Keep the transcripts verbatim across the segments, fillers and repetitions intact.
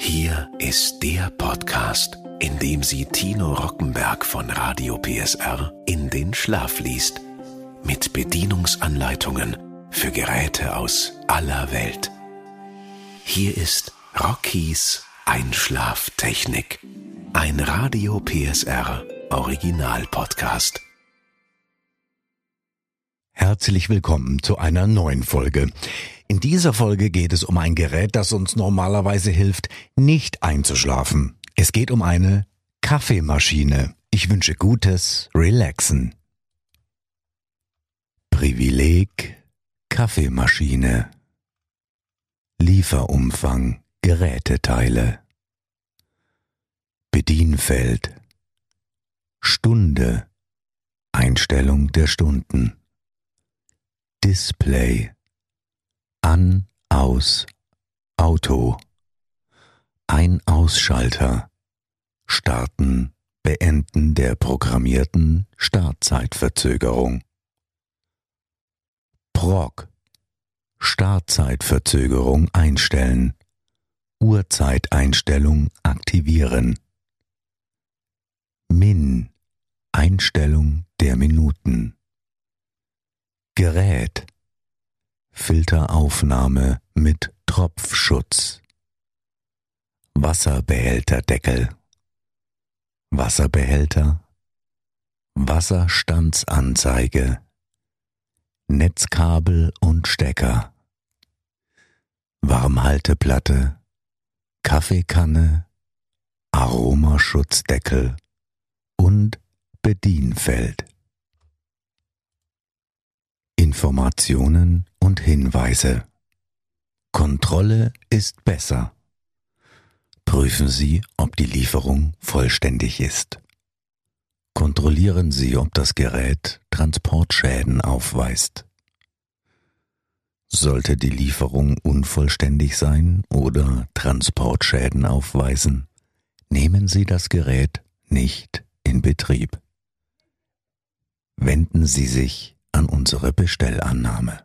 Hier ist der Podcast, in dem sie Tino Rockenberg von Radio P S R in den Schlaf liest. Mit Bedienungsanleitungen für Geräte aus aller Welt. Hier ist Rockies Einschlaftechnik. Ein Radio P S R Original Podcast. Herzlich willkommen zu einer neuen Folge. In dieser Folge geht es um ein Gerät, das uns normalerweise hilft, nicht einzuschlafen. Es geht um eine Kaffeemaschine. Ich wünsche gutes Relaxen. Privileg Kaffeemaschine. Lieferumfang Geräteteile. Bedienfeld. Stunde. Einstellung der Stunden. Display. An, aus, Auto. Ein-Ausschalter. Starten, Beenden der programmierten Startzeitverzögerung. Prog. Startzeitverzögerung einstellen. Uhrzeiteinstellung aktivieren. Min. Einstellung der Minuten. Gerät. Filteraufnahme mit Tropfschutz. Wasserbehälterdeckel. Wasserbehälter. Wasserstandsanzeige. Netzkabel und Stecker. Warmhalteplatte. Kaffeekanne. Aromaschutzdeckel. Und Bedienfeld. Informationen und Hinweise. Kontrolle ist besser. Prüfen Sie, ob die Lieferung vollständig ist. Kontrollieren Sie, ob das Gerät Transportschäden aufweist. Sollte die Lieferung unvollständig sein oder Transportschäden aufweisen, nehmen Sie das Gerät nicht in Betrieb. Wenden Sie sich an unsere Bestellannahme.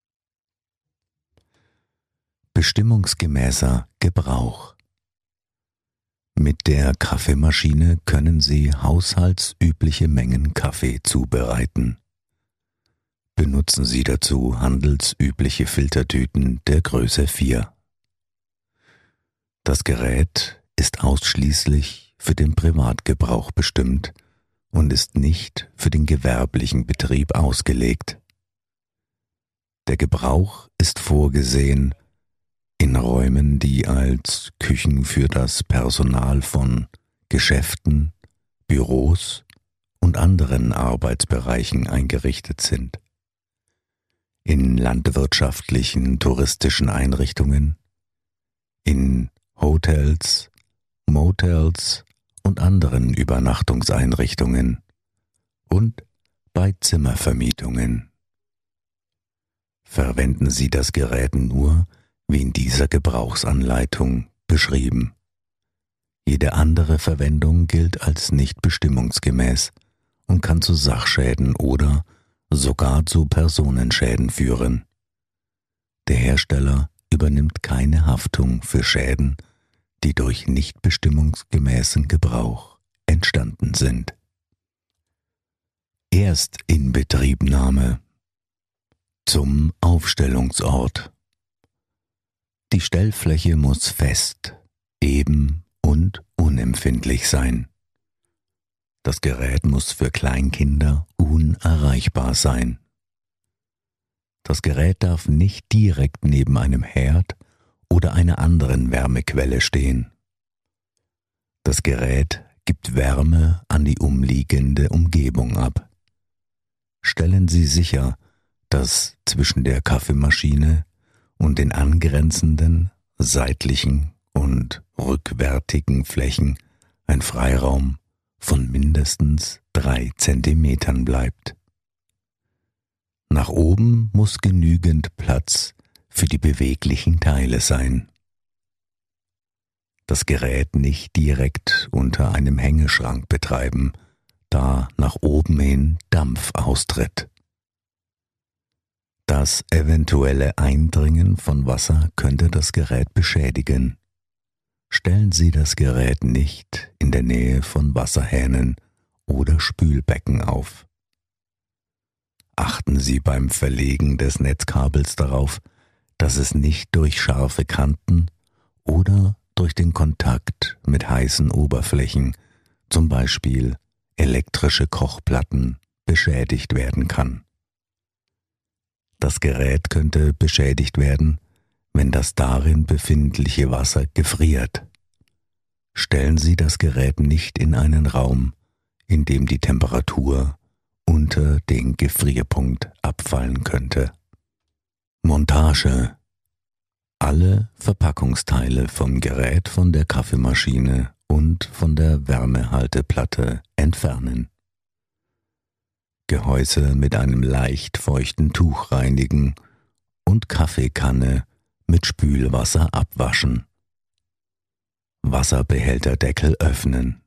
Bestimmungsgemäßer Gebrauch. Mit der Kaffeemaschine können Sie haushaltsübliche Mengen Kaffee zubereiten. Benutzen Sie dazu handelsübliche Filtertüten der Größe vier. Das Gerät ist ausschließlich für den Privatgebrauch bestimmt und ist nicht für den gewerblichen Betrieb ausgelegt. Der Gebrauch ist vorgesehen in Räumen, die als Küchen für das Personal von Geschäften, Büros und anderen Arbeitsbereichen eingerichtet sind. In landwirtschaftlichen, touristischen Einrichtungen, in Hotels, Motels und anderen Übernachtungseinrichtungen und bei Zimmervermietungen. Verwenden Sie das Gerät nur, wie in dieser Gebrauchsanleitung beschrieben. Jede andere Verwendung gilt als nicht bestimmungsgemäß und kann zu Sachschäden oder sogar zu Personenschäden führen. Der Hersteller übernimmt keine Haftung für Schäden, die durch nicht bestimmungsgemäßen Gebrauch entstanden sind. Erstinbetriebnahme. Zum Aufstellungsort. Die Stellfläche muss fest, eben und unempfindlich sein. Das Gerät muss für Kleinkinder unerreichbar sein. Das Gerät darf nicht direkt neben einem Herd oder einer anderen Wärmequelle stehen. Das Gerät gibt Wärme an die umliegende Umgebung ab. Stellen Sie sicher, dass zwischen der Kaffeemaschine und den angrenzenden, seitlichen und rückwärtigen Flächen ein Freiraum von mindestens drei Zentimetern bleibt. Nach oben muss genügend Platz für die beweglichen Teile sein. Das Gerät nicht direkt unter einem Hängeschrank betreiben, da nach oben hin Dampf austritt. Das eventuelle Eindringen von Wasser könnte das Gerät beschädigen. Stellen Sie das Gerät nicht in der Nähe von Wasserhähnen oder Spülbecken auf. Achten Sie beim Verlegen des Netzkabels darauf, dass es nicht durch scharfe Kanten oder durch den Kontakt mit heißen Oberflächen, zum Beispiel elektrische Kochplatten, beschädigt werden kann. Das Gerät könnte beschädigt werden, wenn das darin befindliche Wasser gefriert. Stellen Sie das Gerät nicht in einen Raum, in dem die Temperatur unter den Gefrierpunkt abfallen könnte. Montage. Alle Verpackungsteile vom Gerät von der Kaffeemaschine und von der Wärmehalteplatte entfernen. Gehäuse mit einem leicht feuchten Tuch reinigen und Kaffeekanne mit Spülwasser abwaschen. Wasserbehälterdeckel öffnen.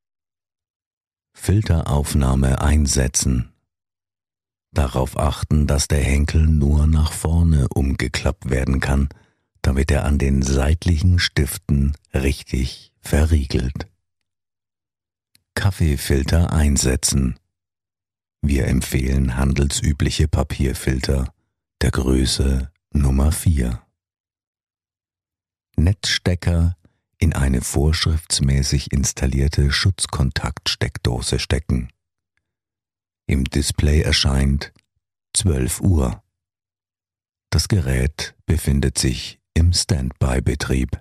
Filteraufnahme einsetzen. Darauf achten, dass der Henkel nur nach vorne umgeklappt werden kann, damit er an den seitlichen Stiften richtig verriegelt. Kaffeefilter einsetzen. Wir empfehlen handelsübliche Papierfilter der Größe Nummer vier. Netzstecker in eine vorschriftsmäßig installierte Schutzkontaktsteckdose stecken. Im Display erscheint zwölf Uhr. Das Gerät befindet sich im Standby-Betrieb.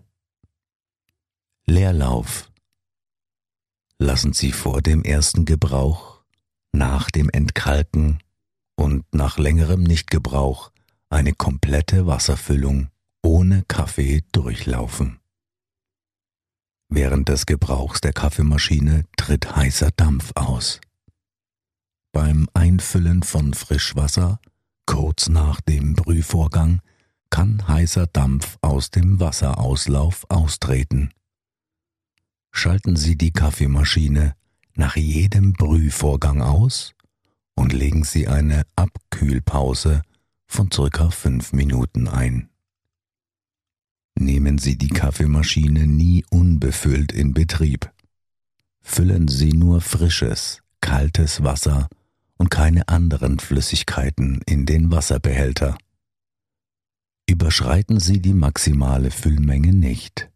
Leerlauf. Lassen Sie vor dem ersten Gebrauch, nach dem Entkalken und nach längerem Nichtgebrauch eine komplette Wasserfüllung ohne Kaffee durchlaufen. Während des Gebrauchs der Kaffeemaschine tritt heißer Dampf aus. Beim Einfüllen von Frischwasser, kurz nach dem Brühvorgang, kann heißer Dampf aus dem Wasserauslauf austreten. Schalten Sie die Kaffeemaschine nach jedem Brühvorgang aus und legen Sie eine Abkühlpause von circa fünf Minuten ein. Nehmen Sie die Kaffeemaschine nie unbefüllt in Betrieb. Füllen Sie nur frisches, kaltes Wasser und keine anderen Flüssigkeiten in den Wasserbehälter. Überschreiten Sie die maximale Füllmenge nicht.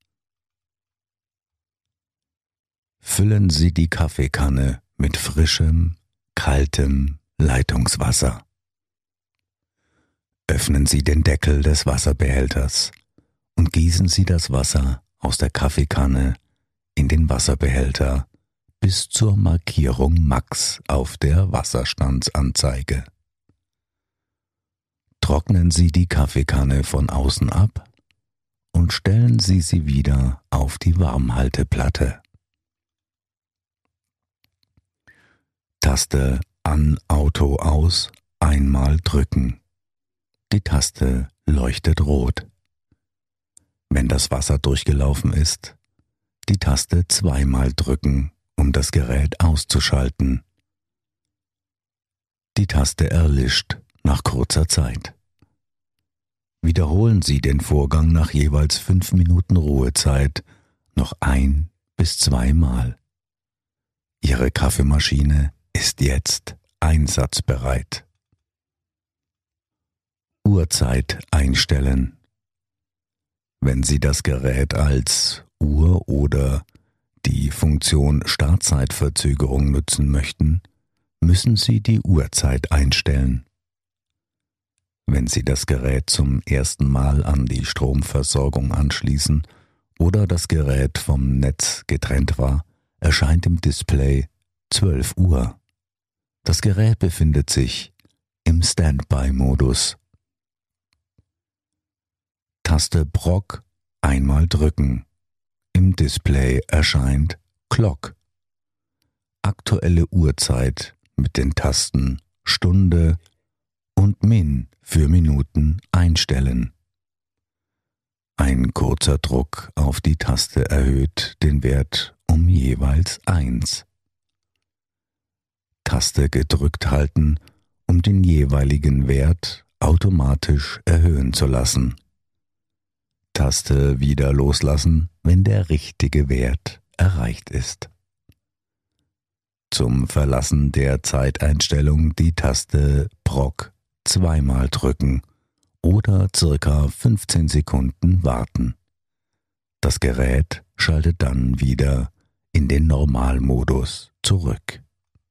Füllen Sie die Kaffeekanne mit frischem, kaltem Leitungswasser. Öffnen Sie den Deckel des Wasserbehälters und gießen Sie das Wasser aus der Kaffeekanne in den Wasserbehälter bis zur Markierung Max auf der Wasserstandsanzeige. Trocknen Sie die Kaffeekanne von außen ab und stellen Sie sie wieder auf die Warmhalteplatte. Taste An Auto aus einmal drücken. Die Taste leuchtet rot. Wenn das Wasser durchgelaufen ist, die Taste zweimal drücken, um das Gerät auszuschalten. Die Taste erlischt nach kurzer Zeit. Wiederholen Sie den Vorgang nach jeweils fünf Minuten Ruhezeit noch ein bis zweimal. Ihre Kaffeemaschine ist jetzt einsatzbereit. Uhrzeit einstellen. Wenn Sie das Gerät als Uhr oder die Funktion Startzeitverzögerung nutzen möchten, müssen Sie die Uhrzeit einstellen. Wenn Sie das Gerät zum ersten Mal an die Stromversorgung anschließen oder das Gerät vom Netz getrennt war, erscheint im Display zwölf Uhr. Das Gerät befindet sich im Standby-Modus. Taste Brock einmal drücken. Im Display erscheint Clock. Aktuelle Uhrzeit mit den Tasten Stunde und Min für Minuten einstellen. Ein kurzer Druck auf die Taste erhöht den Wert um jeweils eins. Taste gedrückt halten, um den jeweiligen Wert automatisch erhöhen zu lassen. Taste wieder loslassen, wenn der richtige Wert erreicht ist. Zum Verlassen der Zeiteinstellung die Taste Proc zweimal drücken oder circa fünfzehn Sekunden warten. Das Gerät schaltet dann wieder in den Normalmodus zurück.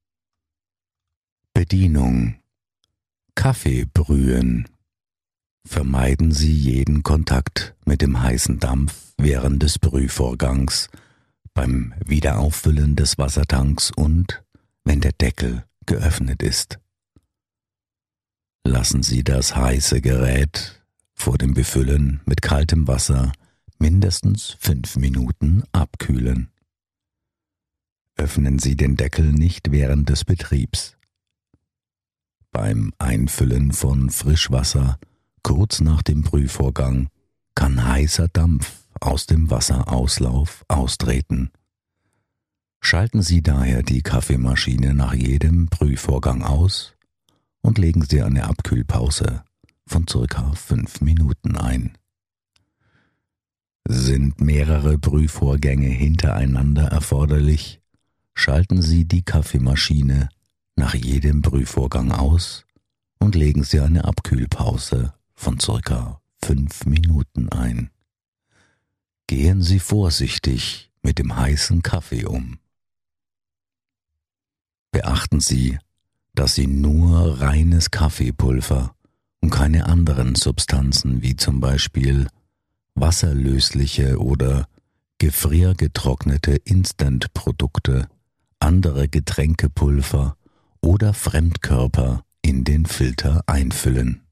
Bedienung: Kaffee brühen. Vermeiden Sie jeden Kontakt mit dem heißen Dampf während des Brühvorgangs, beim Wiederauffüllen des Wassertanks und wenn der Deckel geöffnet ist. Lassen Sie das heiße Gerät vor dem Befüllen mit kaltem Wasser mindestens fünf Minuten abkühlen. Öffnen Sie den Deckel nicht während des Betriebs. Beim Einfüllen von Frischwasser kurz nach dem Brühvorgang kann heißer Dampf aus dem Wasserauslauf austreten. Schalten Sie daher die Kaffeemaschine nach jedem Brühvorgang aus und legen Sie eine Abkühlpause von circa fünf Minuten ein. Sind mehrere Brühvorgänge hintereinander erforderlich, schalten Sie die Kaffeemaschine nach jedem Brühvorgang aus und legen Sie eine Abkühlpause von circa fünf Minuten ein. Gehen Sie vorsichtig mit dem heißen Kaffee um. Beachten Sie, dass Sie nur reines Kaffeepulver und keine anderen Substanzen wie zum Beispiel wasserlösliche oder gefriergetrocknete Instant-Produkte, andere Getränkepulver oder Fremdkörper in den Filter einfüllen.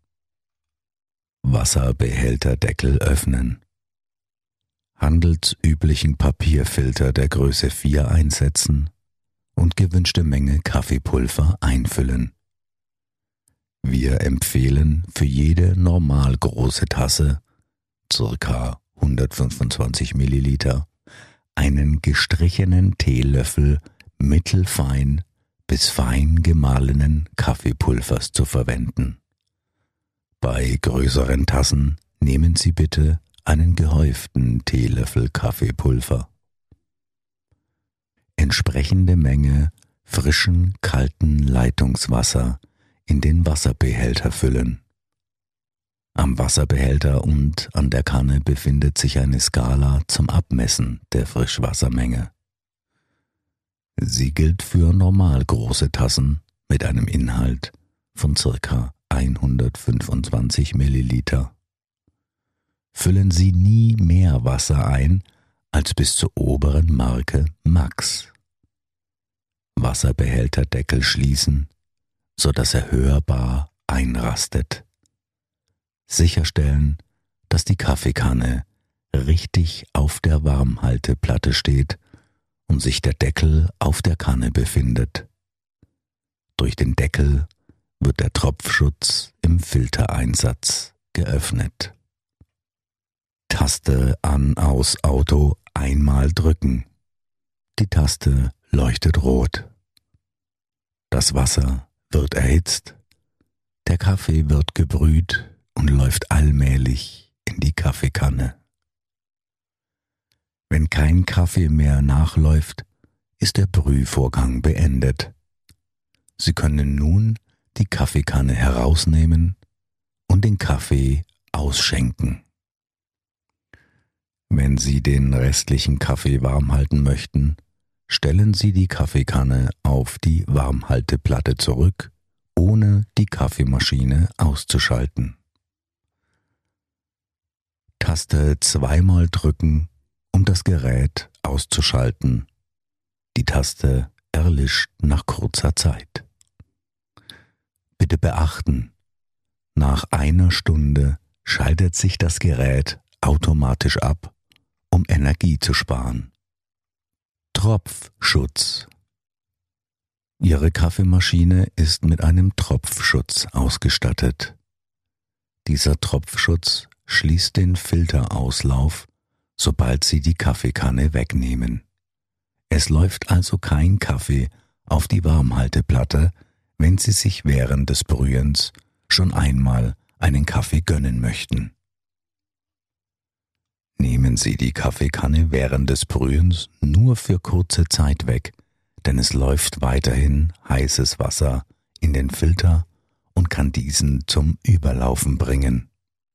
Wasserbehälterdeckel öffnen. Handelsüblichen Papierfilter der Größe vier einsetzen und gewünschte Menge Kaffeepulver einfüllen. Wir empfehlen für jede normal große Tasse, circa hundertfünfundzwanzig Milliliter, einen gestrichenen Teelöffel mittelfein bis fein gemahlenen Kaffeepulvers zu verwenden. Bei größeren Tassen nehmen Sie bitte einen gehäuften Teelöffel Kaffeepulver. Entsprechende Menge frischen, kalten Leitungswasser in den Wasserbehälter füllen. Am Wasserbehälter und an der Kanne befindet sich eine Skala zum Abmessen der Frischwassermenge. Sie gilt für normal große Tassen mit einem Inhalt von ca. hundertfünfundzwanzig Milliliter. Füllen Sie nie mehr Wasser ein als bis zur oberen Marke Max. Wasserbehälterdeckel schließen, sodass er hörbar einrastet. Sicherstellen, dass die Kaffeekanne richtig auf der Warmhalteplatte steht und sich der Deckel auf der Kanne befindet. Durch den Deckel wird der Tropfschutz im Filtereinsatz geöffnet. Taste An-Aus-Auto einmal drücken. Die Taste leuchtet rot. Das Wasser wird erhitzt, der Kaffee wird gebrüht und läuft allmählich in die Kaffeekanne. Wenn kein Kaffee mehr nachläuft, ist der Brühvorgang beendet. Sie können nun die Kaffeekanne herausnehmen und den Kaffee ausschenken. Wenn Sie den restlichen Kaffee warm halten möchten, stellen Sie die Kaffeekanne auf die Warmhalteplatte zurück, ohne die Kaffeemaschine auszuschalten. Taste zweimal drücken, um das Gerät auszuschalten. Die Taste erlischt nach kurzer Zeit. Bitte beachten, nach einer Stunde schaltet sich das Gerät automatisch ab, um Energie zu sparen. Tropfschutz. Ihre Kaffeemaschine ist mit einem Tropfschutz ausgestattet. Dieser Tropfschutz schließt den Filterauslauf, sobald Sie die Kaffeekanne wegnehmen. Es läuft also kein Kaffee auf die Warmhalteplatte, wenn Sie sich während des Brühens schon einmal einen Kaffee gönnen möchten. Nehmen Sie die Kaffeekanne während des Brühens nur für kurze Zeit weg, denn es läuft weiterhin heißes Wasser in den Filter und kann diesen zum Überlaufen bringen.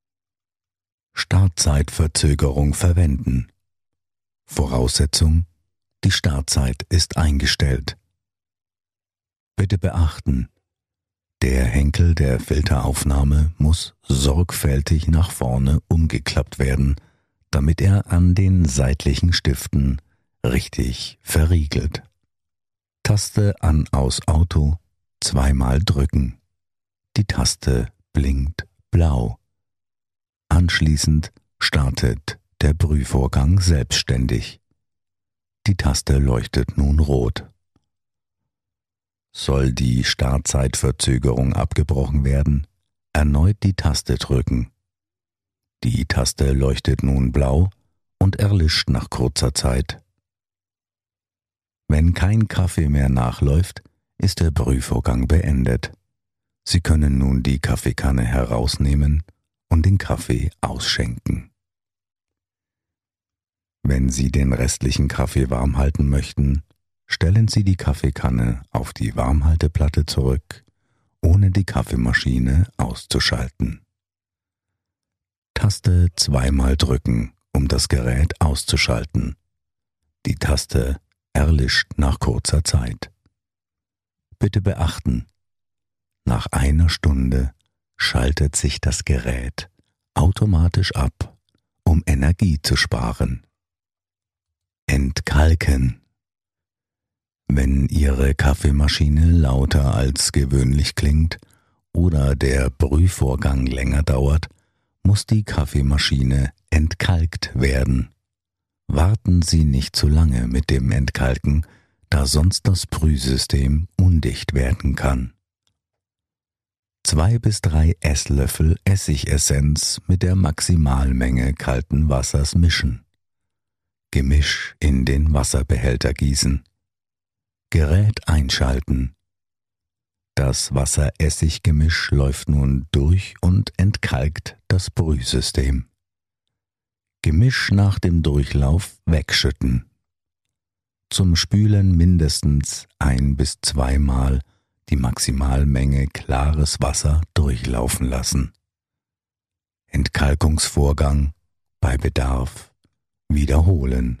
Startzeitverzögerung verwenden. Voraussetzung: die Startzeit ist eingestellt. Bitte beachten: Der Henkel der Filteraufnahme muss sorgfältig nach vorne umgeklappt werden, damit er an den seitlichen Stiften richtig verriegelt. Taste An-Aus-Auto zweimal drücken. Die Taste blinkt blau. Anschließend startet der Brühvorgang selbstständig. Die Taste leuchtet nun rot. Soll die Startzeitverzögerung abgebrochen werden, erneut die Taste drücken. Die Taste leuchtet nun blau und erlischt nach kurzer Zeit. Wenn kein Kaffee mehr nachläuft, ist der Brühvorgang beendet. Sie können nun die Kaffeekanne herausnehmen und den Kaffee ausschenken. Wenn Sie den restlichen Kaffee warm halten möchten, stellen Sie die Kaffeekanne auf die Warmhalteplatte zurück, ohne die Kaffeemaschine auszuschalten. Taste zweimal drücken, um das Gerät auszuschalten. Die Taste erlischt nach kurzer Zeit. Bitte beachten: Nach einer Stunde schaltet sich das Gerät automatisch ab, um Energie zu sparen. Entkalken. Wenn Ihre Kaffeemaschine lauter als gewöhnlich klingt oder der Brühvorgang länger dauert, muss die Kaffeemaschine entkalkt werden. Warten Sie nicht zu lange mit dem Entkalken, da sonst das Brühsystem undicht werden kann. Zwei bis drei Esslöffel Essigessenz mit der Maximalmenge kalten Wassers mischen. Gemisch in den Wasserbehälter gießen. Gerät einschalten. Das Wasser-Essig-Gemisch läuft nun durch und entkalkt das Brühsystem. Gemisch nach dem Durchlauf wegschütten. Zum Spülen mindestens ein- bis zweimal die Maximalmenge klares Wasser durchlaufen lassen. Entkalkungsvorgang bei Bedarf wiederholen.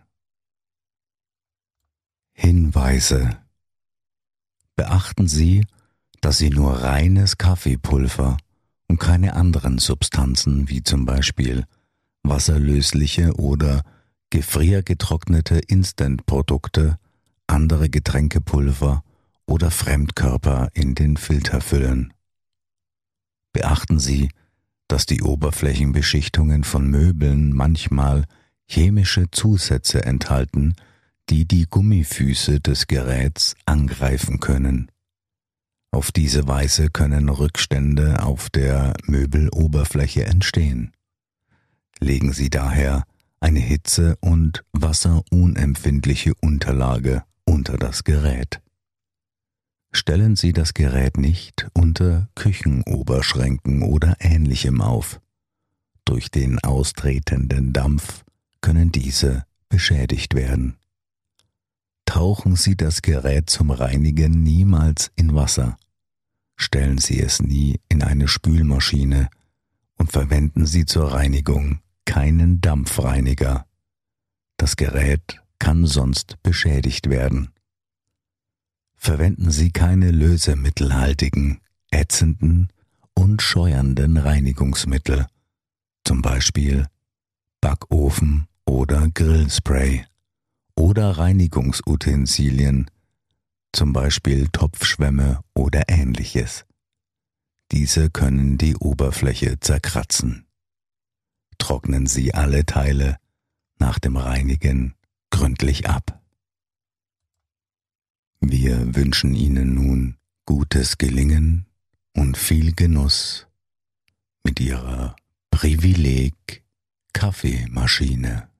Hinweise: Beachten Sie, dass Sie nur reines Kaffeepulver und keine anderen Substanzen wie zum Beispiel wasserlösliche oder gefriergetrocknete Instant-Produkte, andere Getränkepulver oder Fremdkörper in den Filter füllen. Beachten Sie, dass die Oberflächenbeschichtungen von Möbeln manchmal chemische Zusätze enthalten, die die Gummifüße des Geräts angreifen können. Auf diese Weise können Rückstände auf der Möbeloberfläche entstehen. Legen Sie daher eine hitze- und wasserunempfindliche Unterlage unter das Gerät. Stellen Sie das Gerät nicht unter Küchenoberschränken oder Ähnlichem auf. Durch den austretenden Dampf können diese beschädigt werden. Tauchen Sie das Gerät zum Reinigen niemals in Wasser. Stellen Sie es nie in eine Spülmaschine und verwenden Sie zur Reinigung keinen Dampfreiniger. Das Gerät kann sonst beschädigt werden. Verwenden Sie keine lösemittelhaltigen, ätzenden und scheuernden Reinigungsmittel, zum Beispiel Backofen- oder Grillspray, oder Reinigungsutensilien, zum Beispiel Topfschwämme oder Ähnliches. Diese können die Oberfläche zerkratzen. Trocknen Sie alle Teile nach dem Reinigen gründlich ab. Wir wünschen Ihnen nun gutes Gelingen und viel Genuss mit Ihrer Privileg Kaffeemaschine.